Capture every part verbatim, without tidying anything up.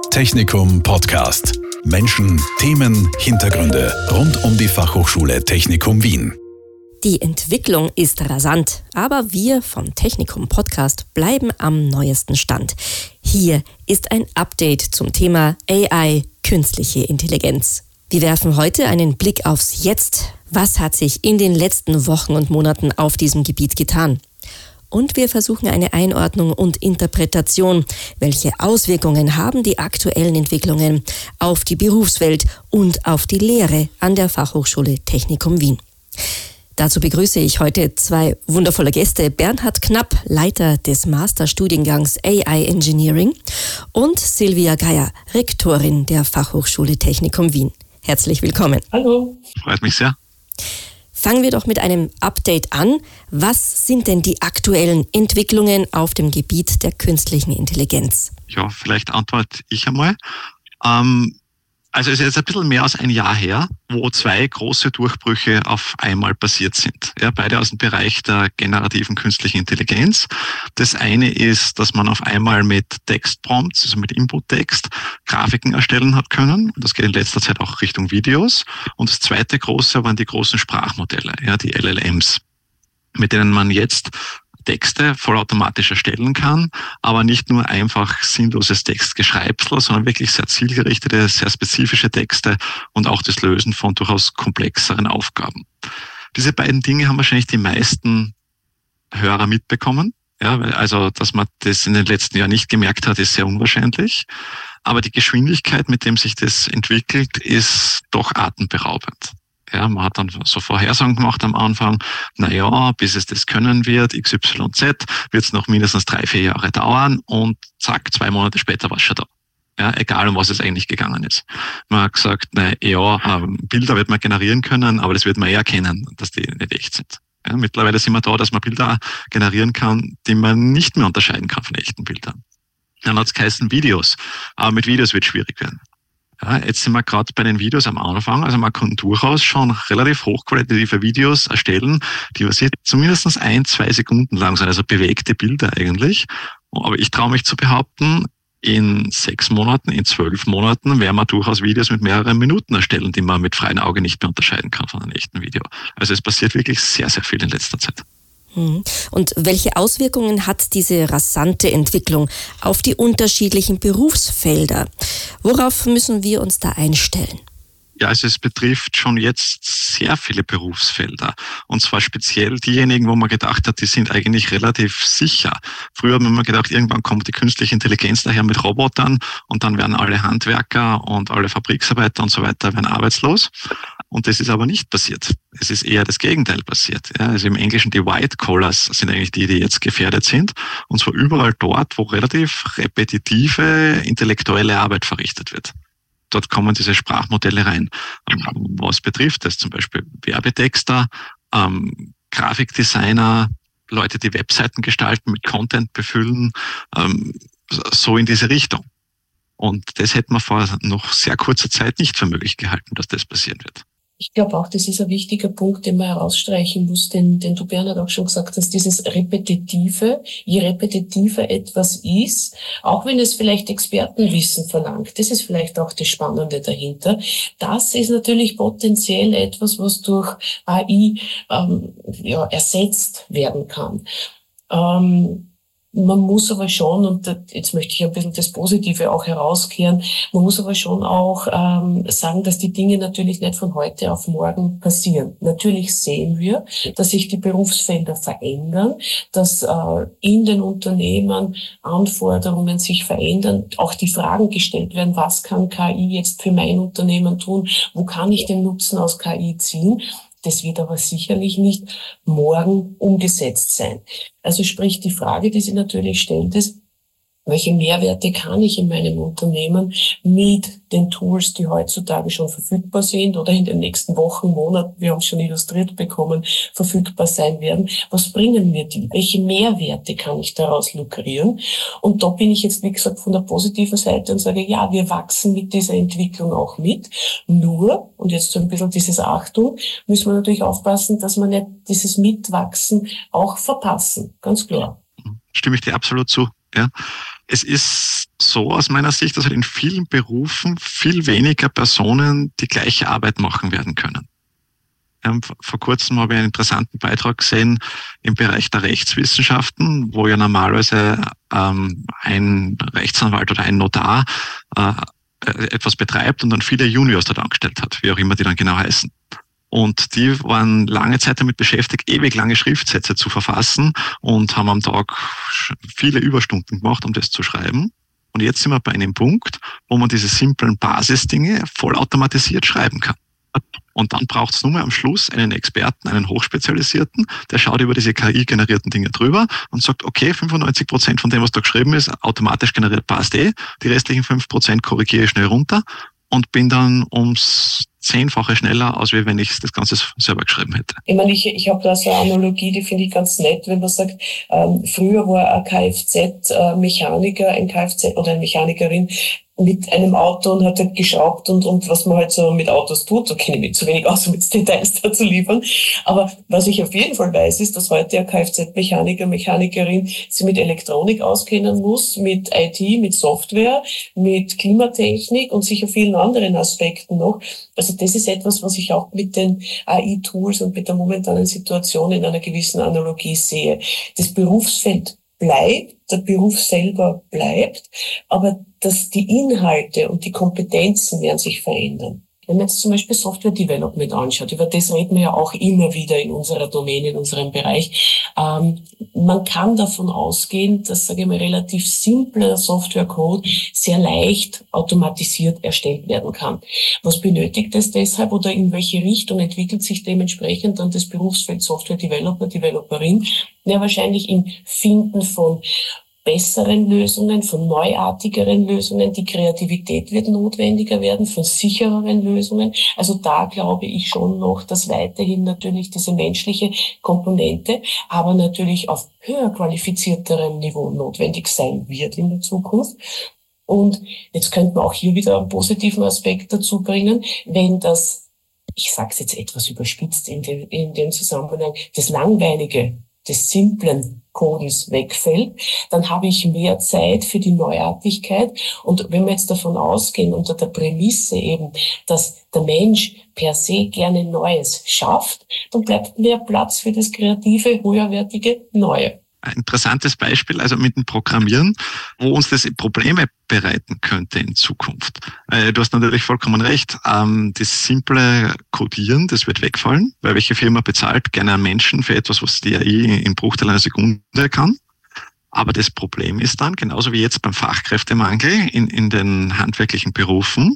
Technikum Podcast. Menschen, Themen, Hintergründe rund um die Fachhochschule Technikum Wien. Die Entwicklung ist rasant, aber wir vom Technikum Podcast bleiben am neuesten Stand. Hier ist ein Update zum Thema A I, künstliche Intelligenz. Wir werfen heute einen Blick aufs Jetzt. Was hat sich in den letzten Wochen und Monaten auf diesem Gebiet getan? Und wir versuchen eine Einordnung und Interpretation. Welche Auswirkungen haben die aktuellen Entwicklungen auf die Berufswelt und auf die Lehre an der Fachhochschule Technikum Wien? Dazu begrüße ich heute zwei wundervolle Gäste. Bernhard Knapp, Leiter des Masterstudiengangs A I Engineering, und Silvia Geier, Rektorin der Fachhochschule Technikum Wien. Herzlich willkommen. Hallo. Freut mich sehr. Fangen wir doch mit einem Update an. Was sind denn die aktuellen Entwicklungen auf dem Gebiet der künstlichen Intelligenz? Ja, vielleicht antworte ich einmal. Ähm, also es ist jetzt ein bisschen mehr als ein Jahr her, wo zwei große Durchbrüche auf einmal passiert sind. Ja, beide aus dem Bereich der generativen künstlichen Intelligenz. Das eine ist, dass man auf einmal mit Textprompts, also mit Input-Text, Grafiken erstellen hat können. Das geht in letzter Zeit auch Richtung Videos. Und das zweite große waren die großen Sprachmodelle, ja, die L L Ms, mit denen man jetzt Texte vollautomatisch erstellen kann, aber nicht nur einfach sinnloses Textgeschreibsel, sondern wirklich sehr zielgerichtete, sehr spezifische Texte und auch das Lösen von durchaus komplexeren Aufgaben. Diese beiden Dinge haben wahrscheinlich die meisten Hörer mitbekommen. Ja, also, dass man das in den letzten Jahren nicht gemerkt hat, ist sehr unwahrscheinlich. Aber die Geschwindigkeit, mit dem sich das entwickelt, ist doch atemberaubend. Ja, man hat dann so Vorhersagen gemacht am Anfang, na ja, bis es das können wird, X Y Z, wird es noch mindestens drei, vier Jahre dauern und zack, zwei Monate später war es schon da. Ja, egal um was es eigentlich gegangen ist. Man hat gesagt, na ja, ähm, Bilder wird man generieren können, aber das wird man eher erkennen, dass die nicht echt sind. Ja, mittlerweile sind wir da, dass man Bilder generieren kann, die man nicht mehr unterscheiden kann von echten Bildern. Dann hat es geheißen Videos, aber mit Videos wird es schwierig werden. Ja, jetzt sind wir gerade bei den Videos am Anfang, also man kann durchaus schon relativ hochqualitative Videos erstellen, die was jetzt zumindest ein, zwei Sekunden lang sind, also bewegte Bilder eigentlich. Aber ich traue mich zu behaupten, in sechs Monaten, in zwölf Monaten werden wir durchaus Videos mit mehreren Minuten erstellen, die man mit freiem Auge nicht mehr unterscheiden kann von einem echten Video. Also es passiert wirklich sehr, sehr viel in letzter Zeit. Und welche Auswirkungen hat diese rasante Entwicklung auf die unterschiedlichen Berufsfelder? Worauf müssen wir uns da einstellen? Ja, also es betrifft schon jetzt sehr viele Berufsfelder. Und zwar speziell diejenigen, wo man gedacht hat, die sind eigentlich relativ sicher. Früher hat man immer gedacht, irgendwann kommt die künstliche Intelligenz daher mit Robotern und dann werden alle Handwerker und alle Fabriksarbeiter und so weiter werden arbeitslos. Und das ist aber nicht passiert. Es ist eher das Gegenteil passiert. Ja, also im Englischen die White Collars sind eigentlich die, die jetzt gefährdet sind. Und zwar überall dort, wo relativ repetitive intellektuelle Arbeit verrichtet wird. Dort kommen diese Sprachmodelle rein. Was betrifft das? Zum Beispiel Werbetexter, ähm, Grafikdesigner, Leute, die Webseiten gestalten, mit Content befüllen, ähm, so in diese Richtung. Und das hätte man vor noch sehr kurzer Zeit nicht für möglich gehalten, dass das passieren wird. Ich glaube auch, das ist ein wichtiger Punkt, den man herausstreichen muss, den, den du, Bernhard, auch schon gesagt hast, dieses Repetitive. Je repetitiver etwas ist, auch wenn es vielleicht Expertenwissen verlangt, das ist vielleicht auch das Spannende dahinter, das ist natürlich potenziell etwas, was durch A I ähm, ja, ersetzt werden kann. Ähm, Man muss aber schon, und jetzt möchte ich ein bisschen das Positive auch herauskehren, man muss aber schon auch ähm, sagen, dass die Dinge natürlich nicht von heute auf morgen passieren. Natürlich sehen wir, dass sich die Berufsfelder verändern, dass äh, in den Unternehmen Anforderungen sich verändern, auch die Fragen gestellt werden, was kann K I jetzt für mein Unternehmen tun, wo kann ich den Nutzen aus K I ziehen. Das wird aber sicherlich nicht morgen umgesetzt sein. Also sprich, die Frage, die sich natürlich stellt, ist, welche Mehrwerte kann ich in meinem Unternehmen mit den Tools, die heutzutage schon verfügbar sind oder in den nächsten Wochen, Monaten, wir haben es schon illustriert bekommen, verfügbar sein werden. Was bringen mir die? Welche Mehrwerte kann ich daraus lukrieren? Und da bin ich jetzt, wie gesagt, von der positiven Seite und sage, ja, wir wachsen mit dieser Entwicklung auch mit. Nur, und jetzt so ein bisschen dieses Achtung, müssen wir natürlich aufpassen, dass wir nicht dieses Mitwachsen auch verpassen. Ganz klar. Stimme ich dir absolut zu. Ja. Es ist so aus meiner Sicht, dass halt in vielen Berufen viel weniger Personen die gleiche Arbeit machen werden können. Ähm, vor kurzem habe ich einen interessanten Beitrag gesehen im Bereich der Rechtswissenschaften, wo ja normalerweise ähm, ein Rechtsanwalt oder ein Notar äh, etwas betreibt und dann viele Juniors dort angestellt hat, wie auch immer die dann genau heißen. Und die waren lange Zeit damit beschäftigt, ewig lange Schriftsätze zu verfassen und haben am Tag viele Überstunden gemacht, um das zu schreiben. Und jetzt sind wir bei einem Punkt, wo man diese simplen Basisdinge vollautomatisiert schreiben kann. Und dann braucht es nur mehr am Schluss einen Experten, einen Hochspezialisierten, der schaut über diese K I-generierten Dinge drüber und sagt, okay, fünfundneunzig Prozent von dem, was da geschrieben ist, automatisch generiert, passt eh. Die restlichen fünf Prozent korrigiere ich schnell runter und bin dann ums Zehnfache schneller, als wenn ich das Ganze selber geschrieben hätte. Ich meine, ich, ich habe da so eine Analogie, die finde ich ganz nett, wenn man sagt, ähm, früher war ein Kfz-Mechaniker, ein Kfz oder eine Mechanikerin mit einem Auto und hat halt geschraubt und, und was man halt so mit Autos tut. Da kenne ich mich zu wenig aus, um jetzt Details dazu liefern. Aber was ich auf jeden Fall weiß, ist, dass heute ein Kfz-Mechaniker, Mechanikerin sich mit Elektronik auskennen muss, mit I T, mit Software, mit Klimatechnik und sicher vielen anderen Aspekten noch. Also das ist etwas, was ich auch mit den A I-Tools und mit der momentanen Situation in einer gewissen Analogie sehe. Das Berufsfeld bleibt, der Beruf selber bleibt, aber dass die Inhalte und die Kompetenzen werden sich verändern. Wenn man jetzt zum Beispiel Software Development anschaut, über das reden wir ja auch immer wieder in unserer Domäne, in unserem Bereich. Ähm, man kann davon ausgehen, dass, sage ich mal, relativ simpler Softwarecode sehr leicht automatisiert erstellt werden kann. Was benötigt es deshalb oder in welche Richtung entwickelt sich dementsprechend dann das Berufsfeld Software Developer, Developerin? Ja, wahrscheinlich im Finden von besseren Lösungen, von neuartigeren Lösungen. Die Kreativität wird notwendiger werden, von sichereren Lösungen. Also da glaube ich schon noch, dass weiterhin natürlich diese menschliche Komponente, aber natürlich auf höher qualifizierterem Niveau notwendig sein wird in der Zukunft. Und jetzt könnte man auch hier wieder einen positiven Aspekt dazu bringen, wenn das, ich sage es jetzt etwas überspitzt in dem, in dem Zusammenhang, das Langweilige des simplen Codens wegfällt, dann habe ich mehr Zeit für die Neuartigkeit. Und wenn wir jetzt davon ausgehen, unter der Prämisse eben, dass der Mensch per se gerne Neues schafft, dann bleibt mehr Platz für das kreative, höherwertige Neue. Ein interessantes Beispiel, also mit dem Programmieren, wo uns das Probleme bereiten könnte in Zukunft. Du hast natürlich vollkommen recht, das simple Codieren, das wird wegfallen, weil welche Firma bezahlt gerne einen Menschen für etwas, was die A I in Bruchteilen einer Sekunde kann. Aber das Problem ist dann, genauso wie jetzt beim Fachkräftemangel in, in den handwerklichen Berufen,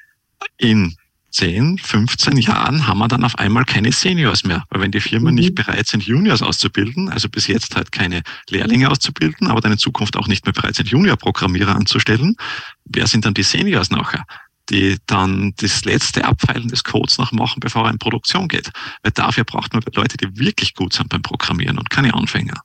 in zehn, fünfzehn Jahren haben wir dann auf einmal keine Seniors mehr. Weil wenn die Firmen mhm. nicht bereit sind, Juniors auszubilden, also bis jetzt halt keine Lehrlinge auszubilden, aber dann in Zukunft auch nicht mehr bereit sind, Junior-Programmierer anzustellen, wer sind dann die Seniors nachher, die dann das letzte Abfeilen des Codes noch machen, bevor er in Produktion geht? Weil dafür braucht man Leute, die wirklich gut sind beim Programmieren und keine Anfänger.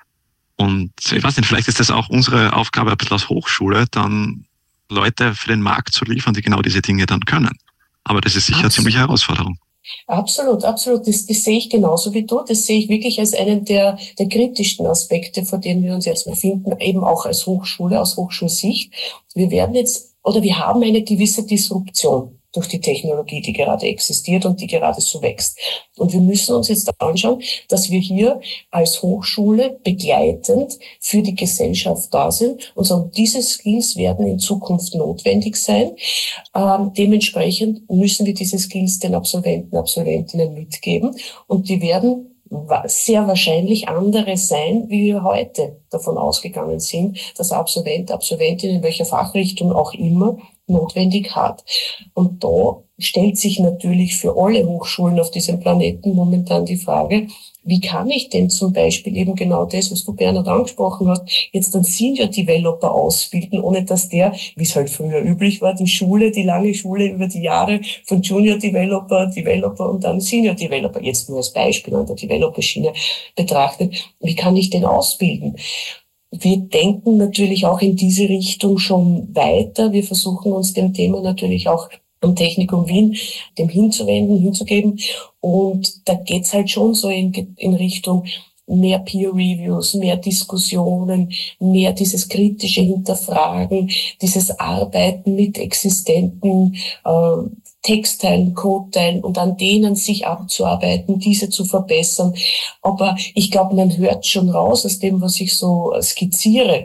Und ich weiß nicht, vielleicht ist das auch unsere Aufgabe ein bisschen als Hochschule, dann Leute für den Markt zu liefern, die genau diese Dinge dann können. Aber das ist sicher absolut. Eine ziemliche Herausforderung. Absolut, absolut. Das, das sehe ich genauso wie du. Das sehe ich wirklich als einen der, der kritischsten Aspekte, vor denen wir uns jetzt befinden, eben auch als Hochschule, aus Hochschulsicht. Wir werden jetzt, oder wir haben eine gewisse Disruption durch die Technologie, die gerade existiert und die gerade so wächst. Und wir müssen uns jetzt anschauen, dass wir hier als Hochschule begleitend für die Gesellschaft da sind und sagen, diese Skills werden in Zukunft notwendig sein. Ähm, dementsprechend müssen wir diese Skills den Absolventen, Absolventinnen mitgeben und die werden sehr wahrscheinlich andere sein, wie wir heute davon ausgegangen sind, dass Absolvent, Absolventin in welcher Fachrichtung auch immer notwendig hat. Und da stellt sich natürlich für alle Hochschulen auf diesem Planeten momentan die Frage, wie kann ich denn zum Beispiel eben genau das, was du, Bernhard, angesprochen hast, jetzt einen Senior Developer ausbilden, ohne dass der, wie es halt früher üblich war, die Schule, die lange Schule über die Jahre von Junior Developer, Developer und dann Senior Developer, jetzt nur als Beispiel an der Developer-Schiene betrachtet, wie kann ich den ausbilden? Wir denken natürlich auch in diese Richtung schon weiter. Wir versuchen uns dem Thema natürlich auch am Technikum Wien dem hinzuwenden, hinzugeben. Und da geht's halt schon so in, in Richtung, mehr Peer-Reviews, mehr Diskussionen, mehr dieses kritische Hinterfragen, dieses Arbeiten mit existenten äh, Textteilen, Codeteilen und an denen sich abzuarbeiten, diese zu verbessern. Aber ich glaube, man hört schon raus aus dem, was ich so skizziere.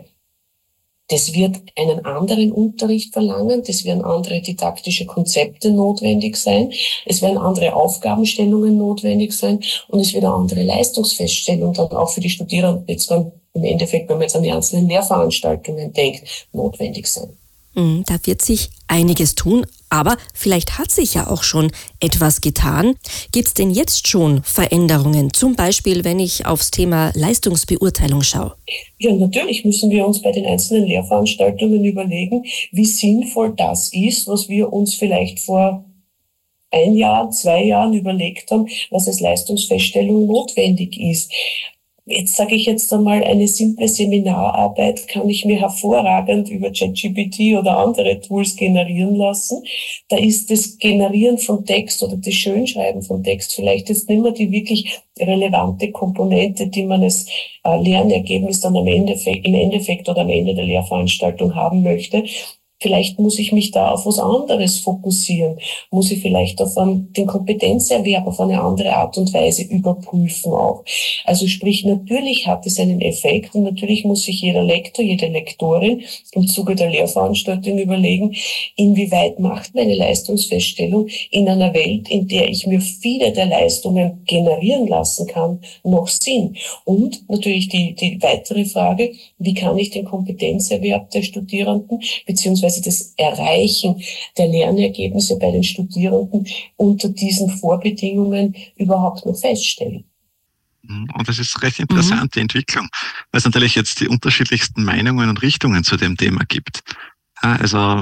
Das wird einen anderen Unterricht verlangen, das werden andere didaktische Konzepte notwendig sein, es werden andere Aufgabenstellungen notwendig sein und es wird eine andere Leistungsfeststellung dann auch für die Studierenden jetzt dann im Endeffekt, wenn man jetzt an die einzelnen Lehrveranstaltungen denkt, notwendig sein. Da wird sich einiges tun, aber vielleicht hat sich ja auch schon etwas getan. Gibt es denn jetzt schon Veränderungen? Zum Beispiel, wenn ich aufs Thema Leistungsbeurteilung schaue. Ja, natürlich müssen wir uns bei den einzelnen Lehrveranstaltungen überlegen, wie sinnvoll das ist, was wir uns vielleicht vor ein Jahr, zwei Jahren überlegt haben, was als Leistungsfeststellung notwendig ist. Jetzt sage ich jetzt einmal, eine simple Seminararbeit kann ich mir hervorragend über ChatGPT oder andere Tools generieren lassen. Da ist das Generieren von Text oder das Schönschreiben von Text vielleicht jetzt nicht mehr die wirklich relevante Komponente, die man als äh, Lernergebnis dann am Ende, im Endeffekt oder am Ende der Lehrveranstaltung haben möchte. Vielleicht muss ich mich da auf was anderes fokussieren, muss ich vielleicht auf einen, den Kompetenzerwerb auf eine andere Art und Weise überprüfen auch. Also sprich, natürlich hat es einen Effekt und natürlich muss sich jeder Lektor, jede Lektorin im Zuge der Lehrveranstaltung überlegen, inwieweit macht meine Leistungsfeststellung in einer Welt, in der ich mir viele der Leistungen generieren lassen kann, noch Sinn. Und natürlich die, die weitere Frage, wie kann ich den Kompetenzerwerb der Studierenden beziehungsweise das Erreichen der Lernergebnisse bei den Studierenden unter diesen Vorbedingungen überhaupt noch feststellen. Und das ist eine recht interessante mhm. Entwicklung, weil es natürlich jetzt die unterschiedlichsten Meinungen und Richtungen zu dem Thema gibt. Also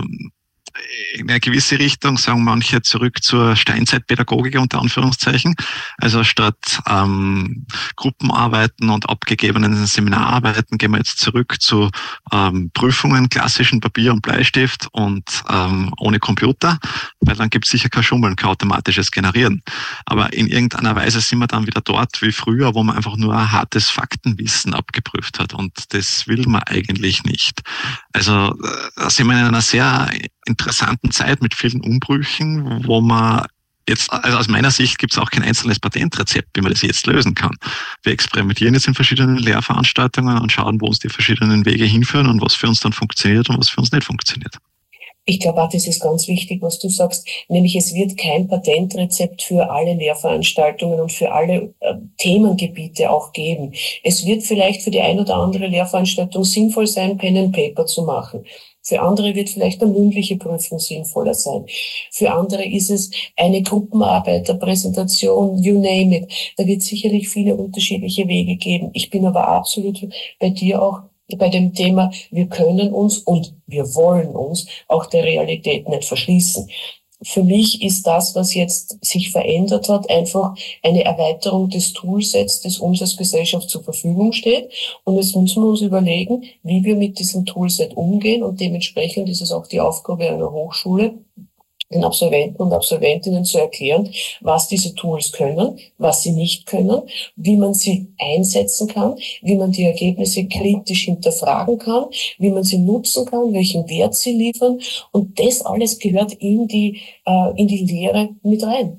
in eine gewisse Richtung sagen manche zurück zur Steinzeitpädagogik unter Anführungszeichen. Also statt ähm, Gruppenarbeiten und abgegebenen Seminararbeiten gehen wir jetzt zurück zu ähm, Prüfungen, klassischen Papier und Bleistift und ähm, ohne Computer, weil dann gibt es sicher kein Schummeln, kein automatisches Generieren. Aber in irgendeiner Weise sind wir dann wieder dort wie früher, wo man einfach nur ein hartes Faktenwissen abgeprüft hat und das will man eigentlich nicht. Also da sind wir in einer sehr interessanten Zeit mit vielen Umbrüchen, wo man jetzt, also aus meiner Sicht gibt es auch kein einzelnes Patentrezept, wie man das jetzt lösen kann. Wir experimentieren jetzt in verschiedenen Lehrveranstaltungen und schauen, wo uns die verschiedenen Wege hinführen und was für uns dann funktioniert und was für uns nicht funktioniert. Ich glaube auch, das ist ganz wichtig, was du sagst, nämlich es wird kein Patentrezept für alle Lehrveranstaltungen und für alle äh, Themengebiete auch geben. Es wird vielleicht für die ein oder andere Lehrveranstaltung sinnvoll sein, Pen and Paper zu machen. Für andere wird vielleicht eine mündliche Prüfung sinnvoller sein. Für andere ist es eine Gruppenarbeit, eine Präsentation, you name it. Da wird sicherlich viele unterschiedliche Wege geben. Ich bin aber absolut bei dir auch bei dem Thema, wir können uns und wir wollen uns auch der Realität nicht verschließen. Für mich ist das, was jetzt sich verändert hat, einfach eine Erweiterung des Toolsets, das uns als Gesellschaft zur Verfügung steht. Und jetzt müssen wir uns überlegen, wie wir mit diesem Toolset umgehen. Und dementsprechend ist es auch die Aufgabe einer Hochschule, den Absolventen und Absolventinnen zu erklären, was diese Tools können, was sie nicht können, wie man sie einsetzen kann, wie man die Ergebnisse kritisch hinterfragen kann, wie man sie nutzen kann, welchen Wert sie liefern. Und das alles gehört in die, äh, in die Lehre mit rein.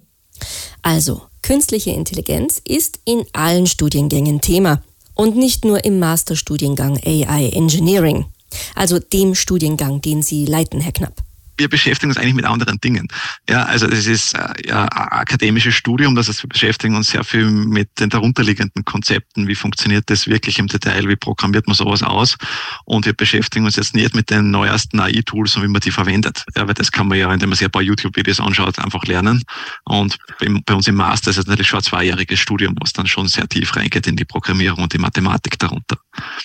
Also, künstliche Intelligenz ist in allen Studiengängen Thema. Und nicht nur im Masterstudiengang A I Engineering. Also dem Studiengang, den Sie leiten, Herr Knapp. Wir beschäftigen uns eigentlich mit anderen Dingen. Ja, also es ist ja ein akademisches Studium, das heißt, wir beschäftigen uns sehr viel mit den darunterliegenden Konzepten. Wie funktioniert das wirklich im Detail? Wie programmiert man sowas aus? Und wir beschäftigen uns jetzt nicht mit den neuesten A I-Tools und wie man die verwendet. Ja, weil das kann man ja, indem man sich ein paar YouTube-Videos anschaut, einfach lernen. Und bei uns im Master ist es natürlich schon ein zweijähriges Studium, was dann schon sehr tief reingeht in die Programmierung und die Mathematik darunter.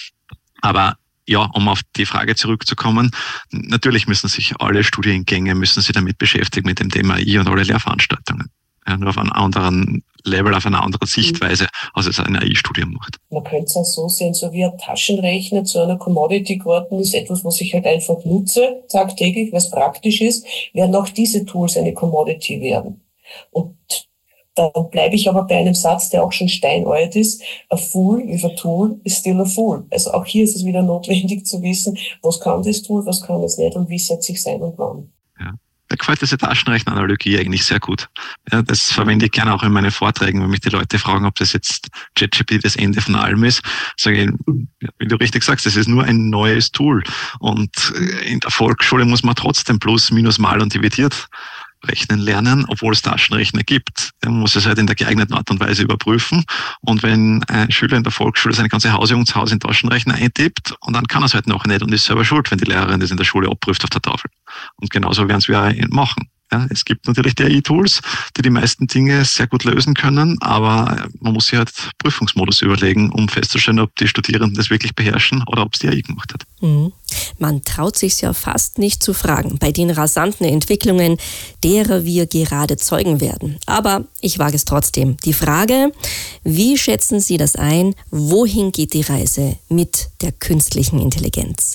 Aber ja, um auf die Frage zurückzukommen, natürlich müssen sich alle Studiengänge müssen sich damit beschäftigen, mit dem Thema A I und alle Lehrveranstaltungen. Ja, nur auf einem anderen Level, auf einer anderen Sichtweise, als es ein A I-Studium macht. Man könnte es auch so sehen, so wie ein Taschenrechner zu einer Commodity geworden ist, etwas, was ich halt einfach nutze, tagtäglich, was praktisch ist, werden auch diese Tools eine Commodity werden. Und Dann bleibe ich aber bei einem Satz, der auch schon steinalt ist. A fool with a tool is still a fool. Also auch hier ist es wieder notwendig zu wissen, was kann das Tool, was kann es nicht und wie setze ich es ein und wann. Ja. Mir gefällt diese Taschenrechenanalogie eigentlich sehr gut. Ja, das verwende ich gerne auch in meinen Vorträgen, wenn mich die Leute fragen, ob das jetzt ChatGPT das Ende von allem ist. Sage ich, wie du richtig sagst, das ist nur ein neues Tool. Und in der Volksschule muss man trotzdem plus, minus, mal und dividiert rechnen lernen, obwohl es Taschenrechner gibt. Man muss es halt in der geeigneten Art und Weise überprüfen. Und wenn ein Schüler in der Volksschule seine ganze Hausübung zu Hause in Taschenrechner eintippt, und dann kann er es halt noch nicht und ist selber schuld, wenn die Lehrerin das in der Schule abprüft auf der Tafel. Und genauso werden es wir auch machen. Ja, es gibt natürlich die A I-Tools, die die meisten Dinge sehr gut lösen können, aber man muss sich halt Prüfungsmodus überlegen, um festzustellen, ob die Studierenden das wirklich beherrschen oder ob es die A I gemacht hat. Mhm. Man traut sich ja fast nicht zu fragen bei den rasanten Entwicklungen, derer wir gerade Zeugen werden. Aber ich wage es trotzdem. Die Frage, wie schätzen Sie das ein? Wohin geht die Reise mit der künstlichen Intelligenz?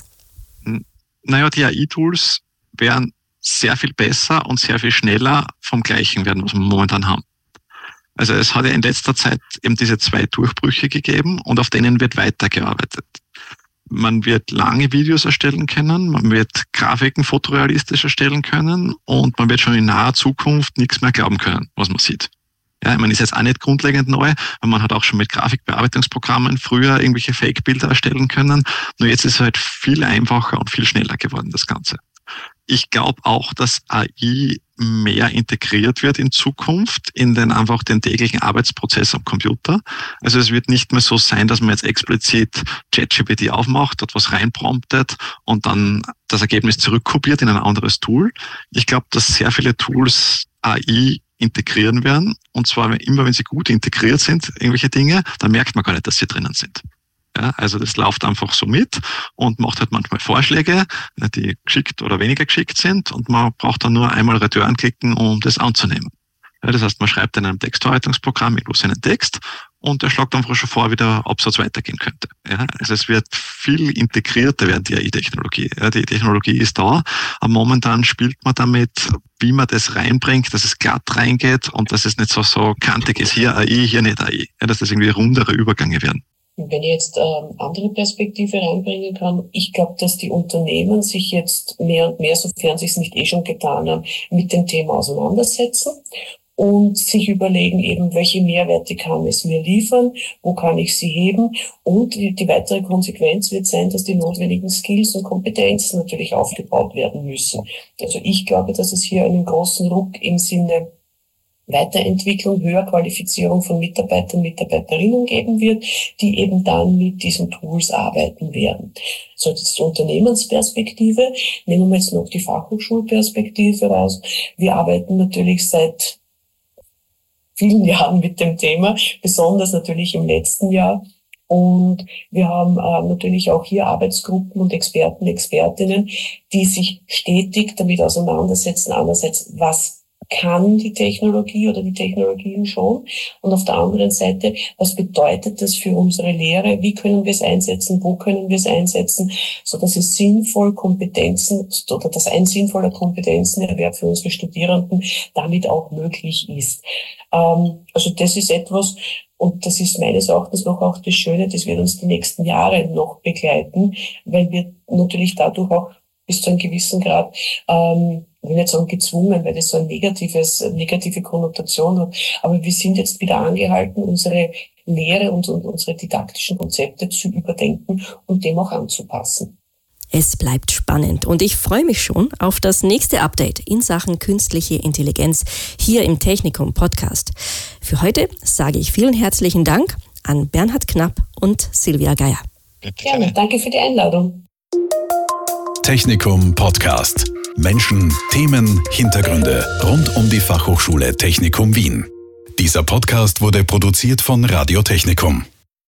Naja, die A I-Tools werden sehr viel besser und sehr viel schneller vom Gleichen werden, was wir momentan haben. Also es hat ja in letzter Zeit eben diese zwei Durchbrüche gegeben und auf denen wird weitergearbeitet. Man wird lange Videos erstellen können, man wird Grafiken fotorealistisch erstellen können und man wird schon in naher Zukunft nichts mehr glauben können, was man sieht. Ja, ich meine, ist jetzt auch nicht grundlegend neu, weil man hat auch schon mit Grafikbearbeitungsprogrammen früher irgendwelche Fake-Bilder erstellen können. Nur jetzt ist es halt viel einfacher und viel schneller geworden, das Ganze. Ich glaube auch, dass A I mehr integriert wird in Zukunft in den einfach den täglichen Arbeitsprozess am Computer. Also es wird nicht mehr so sein, dass man jetzt explizit ChatGPT aufmacht, dort was reinpromptet und dann das Ergebnis zurückkopiert in ein anderes Tool. Ich glaube, dass sehr viele Tools A I integrieren werden. Und zwar immer, wenn sie gut integriert sind, irgendwelche Dinge, dann merkt man gar nicht, dass sie drinnen sind. Ja, also das läuft einfach so mit und macht halt manchmal Vorschläge, die geschickt oder weniger geschickt sind und man braucht dann nur einmal Return klicken, um das anzunehmen. Ja, das heißt, man schreibt in einem Textverarbeitungsprogramm irgendwo seinen Text und der schlägt einfach schon vor, wie der Absatz weitergehen könnte. Ja, also es wird viel integrierter werden, die A I-Technologie. Ja, die Technologie ist da, aber momentan spielt man damit, wie man das reinbringt, dass es glatt reingeht und dass es nicht so, so kantig ist, hier A I, hier nicht A I. Ja, dass das irgendwie rundere Übergänge werden. Wenn ich jetzt ähm, andere Perspektive reinbringen kann, ich glaube, dass die Unternehmen sich jetzt mehr und mehr, sofern sie es nicht eh schon getan haben, mit dem Thema auseinandersetzen und sich überlegen eben, welche Mehrwerte kann es mir liefern, wo kann ich sie heben und die, die weitere Konsequenz wird sein, dass die notwendigen Skills und Kompetenzen natürlich aufgebaut werden müssen. Also ich glaube, dass es hier einen großen Ruck im Sinne Weiterentwicklung, Höherqualifizierung von Mitarbeitern, Mitarbeiterinnen geben wird, die eben dann mit diesen Tools arbeiten werden. So, das ist die Unternehmensperspektive. Nehmen wir jetzt noch die Fachhochschulperspektive raus. Wir arbeiten natürlich seit vielen Jahren mit dem Thema, besonders natürlich im letzten Jahr. Und wir haben äh, natürlich auch hier Arbeitsgruppen und Experten, Expertinnen, die sich stetig damit auseinandersetzen. Einerseits, was kann die Technologie oder die Technologien schon? Und auf der anderen Seite, was bedeutet das für unsere Lehre? Wie können wir es einsetzen? Wo können wir es einsetzen? So dass es sinnvoll Kompetenzen oder dass ein sinnvoller Kompetenzenerwerb für unsere Studierenden damit auch möglich ist. Ähm, also das ist etwas, und das ist meines Erachtens noch auch das Schöne, das wird uns die nächsten Jahre noch begleiten, weil wir natürlich dadurch auch bis zu einem gewissen Grad, ähm, ich will nicht sagen gezwungen, weil das so ein negatives, negative Konnotation hat, aber wir sind jetzt wieder angehalten, unsere Lehre und, und unsere didaktischen Konzepte zu überdenken und dem auch anzupassen. Es bleibt spannend und ich freue mich schon auf das nächste Update in Sachen künstliche Intelligenz hier im Technikum Podcast. Für heute sage ich vielen herzlichen Dank an Bernhard Knapp und Silvia Geier. Gerne, danke für die Einladung. Technikum Podcast. Menschen, Themen, Hintergründe rund um die Fachhochschule Technikum Wien. Dieser Podcast wurde produziert von Radio Technikum.